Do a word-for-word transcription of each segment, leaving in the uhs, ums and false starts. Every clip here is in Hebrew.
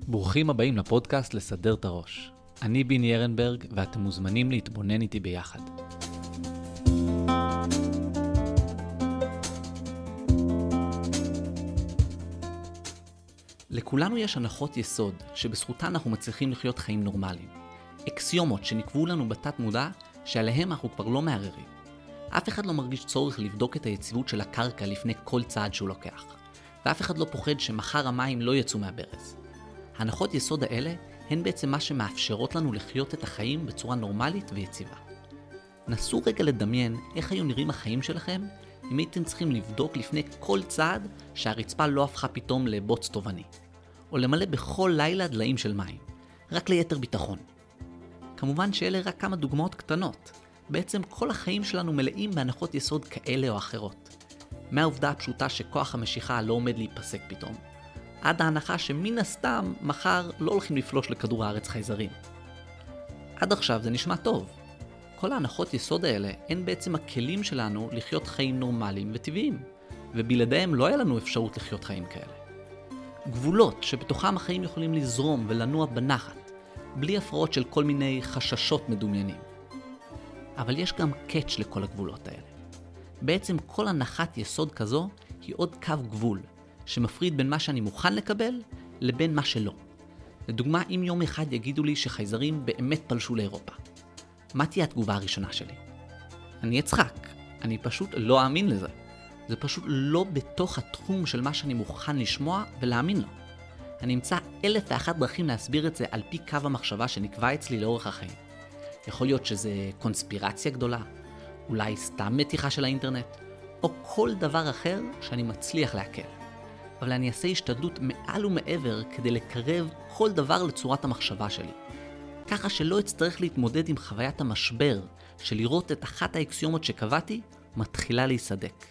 ברוכים הבאים לפודקאסט לסדר את הראש. אני ביני ארנברג ואתם מוזמנים להתבונן איתי ביחד. לכולנו יש הנחות יסוד שבזכותן אנחנו מצליחים לחיות חיים נורמליים. אקסיומות שנקבעו לנו בתת מודע שעליהם אנחנו כבר לא מערערים. אף אחד לא מרגיש צורך לבדוק את היציבות של הקרקע לפני כל צעד שהוא לוקח. ואף אחד לא פוחד שמחר המים לא יצאו מהברז. הנחות יסוד האלה הן בעצם מה שמאפשרות לנו לחיות את החיים בצורה נורמלית ויציבה. נסו רגע לדמיין איך היו נראים החיים שלכם אם הייתם צריכים לבדוק לפני כל צעד שהרצפה לא הפכה פתאום לבוץ טובעני. או למלא בכל לילה דליים של מים, רק ליתר ביטחון. כמובן שאלה רק כמה דוגמאות קטנות. בעצם כל החיים שלנו מלאים בהנחות יסוד כאלה או אחרות. מהעובדה הפשוטה שכוח המשיכה לא עומד להיפסק פתאום, עד ההנחה שמן הסתם מחר לא הולכים לפלוש לכדור הארץ חייזרים. עד עכשיו זה נשמע טוב. כל ההנחות יסוד האלה הן בעצם הכלים שלנו לחיות חיים נורמליים וטבעיים, ובלעדיהם לא היה לנו אפשרות לחיות חיים כאלה. גבולות שבתוכם החיים יכולים לזרום ולנוע בנחת, בלי הפרעות של כל מיני חששות מדומיינים. אבל יש גם קאץ' לכל הגבולות האלה. בעצם כל הנחת יסוד כזו היא עוד קו גבול, שמפריד בין מה שאני מוכן לקבל לבין מה שלא. לדוגמה, אם יום אחד יגידו לי שחייזרים באמת פלשו לאירופה, מה תהיה התגובה הראשונה שלי? אני אצחק, אני פשוט לא אאמין לזה. זה פשוט לא בתוך התחום של מה שאני מוכן לשמוע ולהאמין לו. אני אמצא אלף ואחת דרכים להסביר את זה על פי קו המחשבה שנקבע אצלי לאורך החיים. יכול להיות שזה קונספירציה גדולה, אולי סתם מתיחה של האינטרנט, או כל דבר אחר שאני מצליח להקל. אבל אני אעשה השתדלות מעל ומעבר כדי לקרב כל דבר לצורת המחשבה שלי. ככה שלא אצטרך להתמודד עם חוויית המשבר של לראות את אחת האקסיומות שקבעתי מתחילה להיסדק.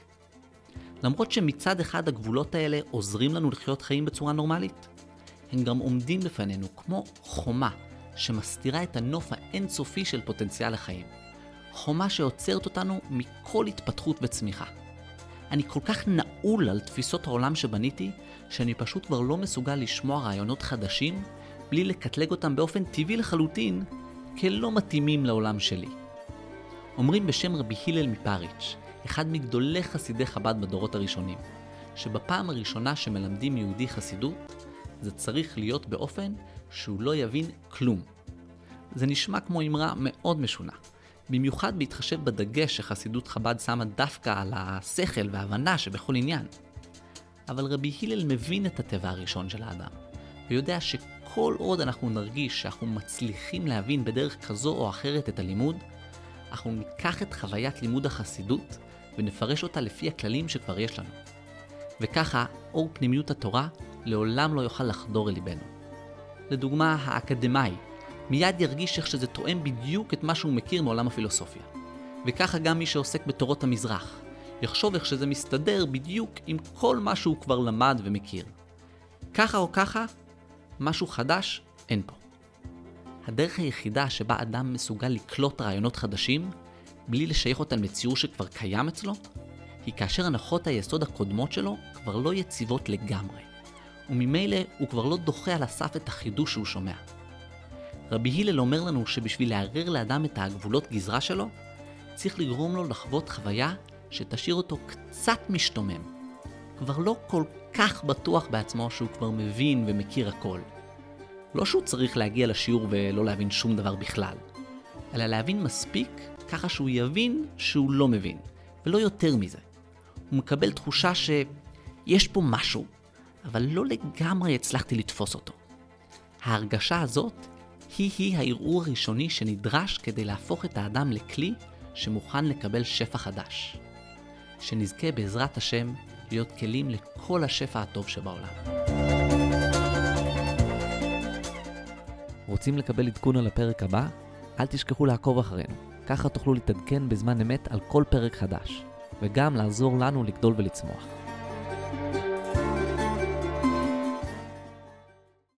למרות שמצד אחד הגבולות האלה עוזרים לנו לחיות חיים בצורה נורמלית, הם גם עומדים בפנינו כמו חומה שמסתירה את הנוף האינסופי של פוטנציאל החיים. חומה שעוצרת אותנו מכל התפתחות וצמיחה. אני כל כך נעול על תפיסות העולם שבניתי, שאני פשוט כבר לא מסוגל לשמוע רעיונות חדשים, בלי לקטלג אותם באופן טבעי לחלוטין, כלא מתאימים לעולם שלי. אומרים בשם רבי הלל מפריץ', אחד מגדולי חסידי חב"ד בדורות הראשונים, שבפעם הראשונה שמלמדים יהודי חסידות, זה צריך להיות באופן שהוא לא יבין כלום. זה נשמע כמו אמרה מאוד משונה. במיוחד בהתחשב בדגש שחסידות חב"ד שמה דווקא על השכל וההבנה שבכל עניין. אבל רבי הלל מבין את הטבע הראשון של האדם, ויודע שכל עוד אנחנו נרגיש שאנחנו מצליחים להבין בדרך כזו או אחרת את הלימוד, אנחנו ניקח את חוויית לימוד החסידות ונפרש אותה לפי הכללים שכבר יש לנו. וככה אור פנימיות התורה לעולם לא יוכל לחדור אל ליבנו. לדוגמה, האקדמאי מיד ירגיש איך שזה תואם בדיוק את מה שהוא מכיר מעולם הפילוסופיה. וככה גם מי שעוסק בתורות המזרח, יחשוב איך שזה מסתדר בדיוק עם כל מה שהוא כבר למד ומכיר. ככה או ככה, משהו חדש אין פה. הדרך היחידה שבה אדם מסוגל לקלוט רעיונות חדשים, בלי לשייך אותם לציור שכבר קיים אצלו, היא כאשר הנחות היסוד הקודמות שלו כבר לא יציבות לגמרי. וממילא הוא כבר לא דוחה על הסף את החידוש שהוא שומע. רבי הלל אומר לנו שבשביל לערער לאדם את הגבולות גזרה שלו, צריך לגרום לו לחוות חוויה שתשאיר אותו קצת משתומם. כבר לא כל כך בטוח בעצמו שהוא כבר מבין ומכיר הכל. לא שהוא צריך להגיע לשיעור ולא להבין שום דבר בכלל, אלא להבין מספיק ככה שהוא יבין שהוא לא מבין, ולא יותר מזה. הוא מקבל תחושה שיש פה משהו, אבל לא לגמרי הצלחתי לתפוס אותו. ההרגשה הזאת היא-היא הערעור הראשוני שנדרש כדי להפוך את האדם לכלי שמוכן לקבל שפע חדש. שנזכה בעזרת השם להיות כלים לכל השפע הטוב שבעולם. רוצים לקבל עדכון על הפרק הבא? אל תשכחו לעקוב אחרינו. ככה תוכלו להתעדכן בזמן אמת על כל פרק חדש, וגם לעזור לנו לגדול ולצמוח.